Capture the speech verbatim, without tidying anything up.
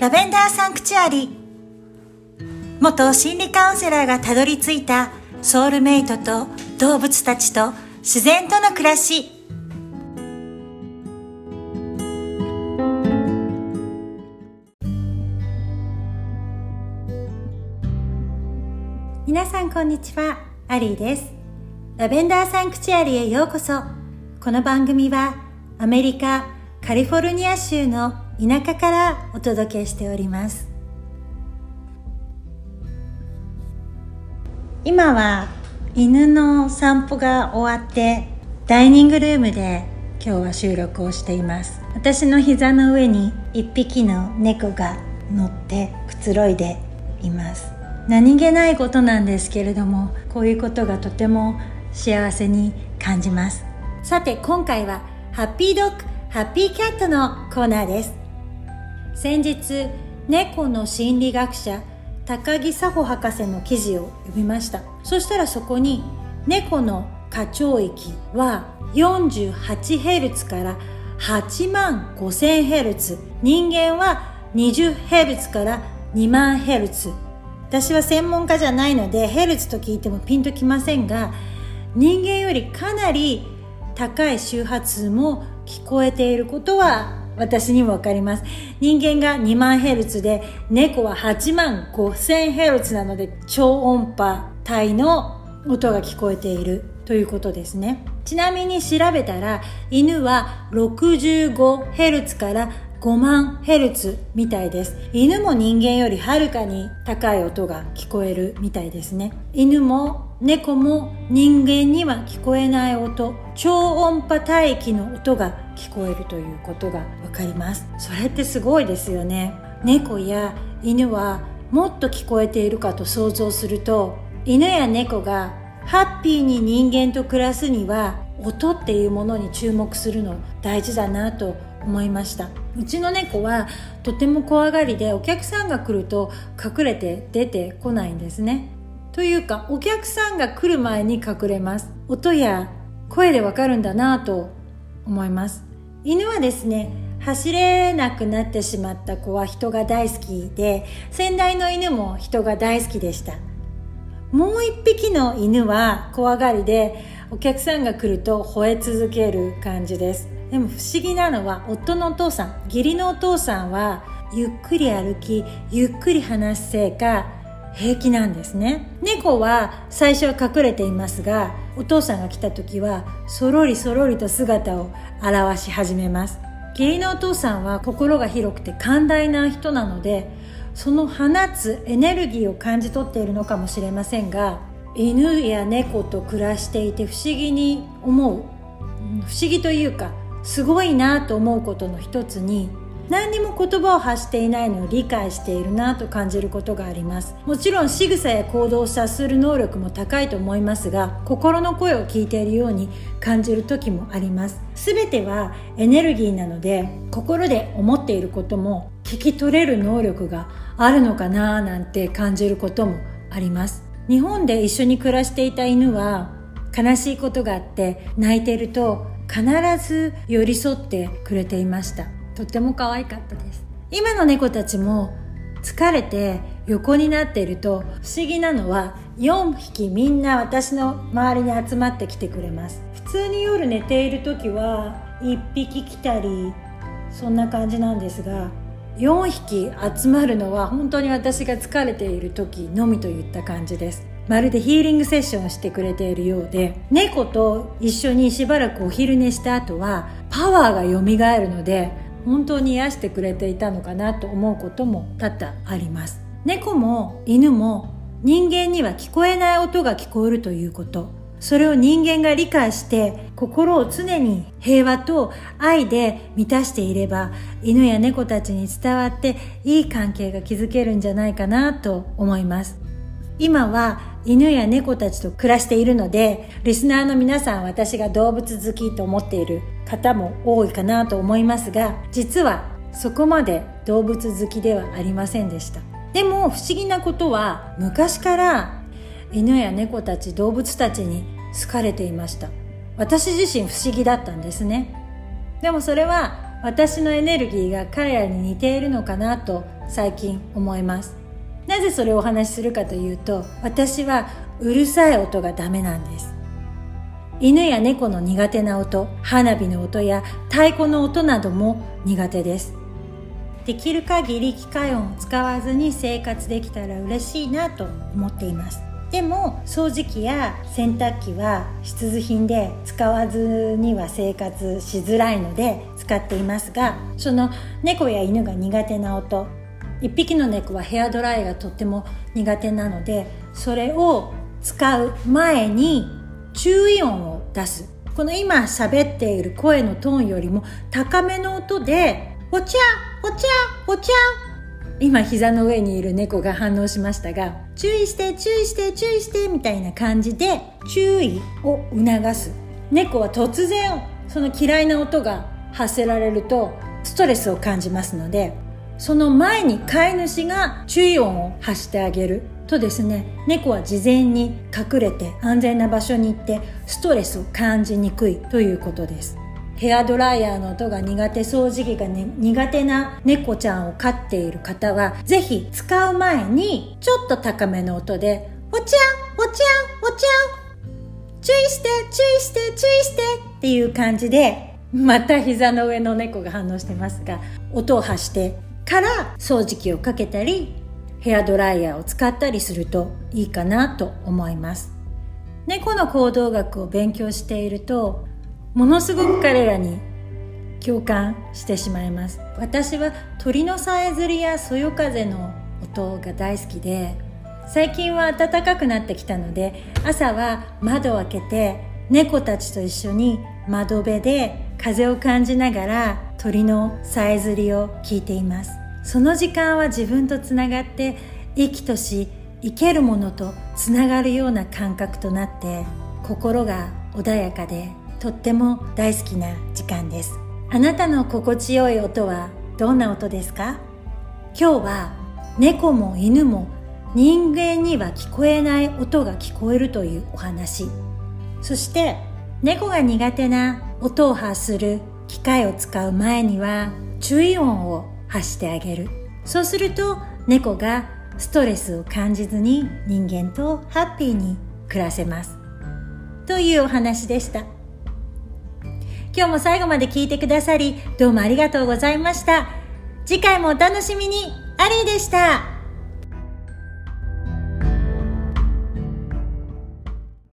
ラベンダーサンクチュアリ。元心理カウンセラーがたどり着いたソウルメイトと動物たちと自然との暮らし。皆さんこんにちは、アリーです。ラベンダーサンクチュアリへようこそ。この番組はアメリカカリフォルニア州の田舎からお届けしております。今は犬の散歩が終わってダイニングルームで今日は収録をしています。私の膝の上に一匹の猫が乗ってくつろいでいます。何気ないことなんですけれども、こういうことがとても幸せに感じます。さて今回はハッピードッグハッピーキャットのコーナーです。先日猫の心理学者高木佐穂博士の記事を読みました。そしたらそこに猫の過聴域は よんじゅうはちヘルツ からはちまんごせんヘルツ、人間はにじゅうヘルツからにまんヘルツ。私は専門家じゃないのでヘルツと聞いてもピンときませんが、人間よりかなり高い周波数も聞こえていることは私にもわかります。人間がにまんヘルツで猫ははちまんごせんヘルツなので、超音波帯の音が聞こえているということですね。ちなみに調べたら犬はろくじゅうごヘルツからごまんヘルツみたいです。犬も人間よりはるかに高い音が聞こえるみたいですね。犬も猫も人間には聞こえない音、超音波帯域の音が聞こえるということがわかります。それってすごいですよね。猫や犬はもっと聞こえているかと想像すると、犬や猫がハッピーに人間と暮らすには音っていうものに注目するの大事だなと思いました。うちの猫はとても怖がりで、お客さんが来ると隠れて出てこないんですね。というかお客さんが来る前に隠れます。音や声でわかるんだなと思います。犬はですね、走れなくなってしまった子は人が大好きで、先代の犬も人が大好きでした。もう一匹の犬は怖がりで、お客さんが来ると吠え続ける感じです。でも不思議なのは夫のお父さん、義理のお父さんはゆっくり歩きゆっくり話すせいか平気なんですね。猫は最初は隠れていますが、お父さんが来た時はそろりそろりと姿を現し始めます。義理のお父さんは心が広くて寛大な人なので、その放つエネルギーを感じ取っているのかもしれませんが、犬や猫と暮らしていて不思議に思う、不思議というかすごいなと思うことの一つに、何にも言葉を発していないのを理解しているなと感じることがあります。もちろん仕草や行動を察する能力も高いと思いますが、心の声を聞いているように感じる時もあります。すべてはエネルギーなので、心で思っていることも聞き取れる能力があるのかななんて感じることもあります。日本で一緒に暮らしていた犬は悲しいことがあって泣いていると必ず寄り添ってくれていました。とっても可愛かったです。今の猫たちも疲れて横になっていると、不思議なのはよんひきみんな私の周りに集まってきてくれます。普通に夜寝ている時はいっぴき来たりそんな感じなんですが、よんひき集まるのは本当に私が疲れている時のみといった感じです。まるでヒーリングセッションをしてくれているようで、猫と一緒にしばらくお昼寝した後はパワーが蘇るので、本当に癒してくれていたのかなと思うことも多々あります。猫も犬も人間には聞こえない音が聞こえるということ、それを人間が理解して心を常に平和と愛で満たしていれば、犬や猫たちに伝わっていい関係が築けるんじゃないかなと思います。今は犬や猫たちと暮らしているので、リスナーの皆さん、私が動物好きと思っている方も多いかなと思いますが、実はそこまで動物好きではありませんでした。でも不思議なことは、昔から犬や猫たち、動物たちに好かれていました。私自身不思議だったんですね。でもそれは私のエネルギーが彼らに似ているのかなと最近思います。なぜそれをお話しするかというと、私はうるさい音がダメなんです。犬や猫の苦手な音、花火の音や太鼓の音なども苦手です。できる限り機械音を使わずに生活できたら嬉しいなと思っています。でも掃除機や洗濯機は必需品で使わずには生活しづらいので使っていますが、その猫や犬が苦手な音、一匹の猫はヘアドライがとっても苦手なので、それを使う前に注意音を出す。この今喋っている声のトーンよりも高めの音でお茶お茶お茶、今膝の上にいる猫が反応しましたが、注意して注意して注意してみたいな感じで注意を促す。猫は突然その嫌いな音が発せられるとストレスを感じますので、その前に飼い主が注意音を発してあげるとですね、猫は事前に隠れて安全な場所に行ってストレスを感じにくいということです。ヘアドライヤーの音が苦手、掃除機が、ね、苦手な猫ちゃんを飼っている方は、ぜひ使う前にちょっと高めの音でお茶お茶お茶、注意して注意して注意してっていう感じで、また膝の上の猫が反応してますが、音を発してから掃除機をかけたりヘアドライヤーを使ったりするといいかなと思います。猫の行動学を勉強していると、ものすごく彼らに共感してしまいます。私は鳥のさえずりやそよ風の音が大好きで、最近は暖かくなってきたので、朝は窓を開けて猫たちと一緒に窓辺で風を感じながら鳥のさえずりを聞いています。その時間は自分とつながって、生きとし生けるものとつながるような感覚となって、心が穏やかでとっても大好きな時間です。あなたの心地よい音はどんな音ですか？今日は猫も犬も人間には聞こえない音が聞こえるというお話、そして猫が苦手な音を発する機械を使う前には注意音を発してあげる。そうすると猫がストレスを感じずに人間とハッピーに暮らせますというお話でした。今日も最後まで聞いてくださりどうもありがとうございました。次回もお楽しみに。アリーでした。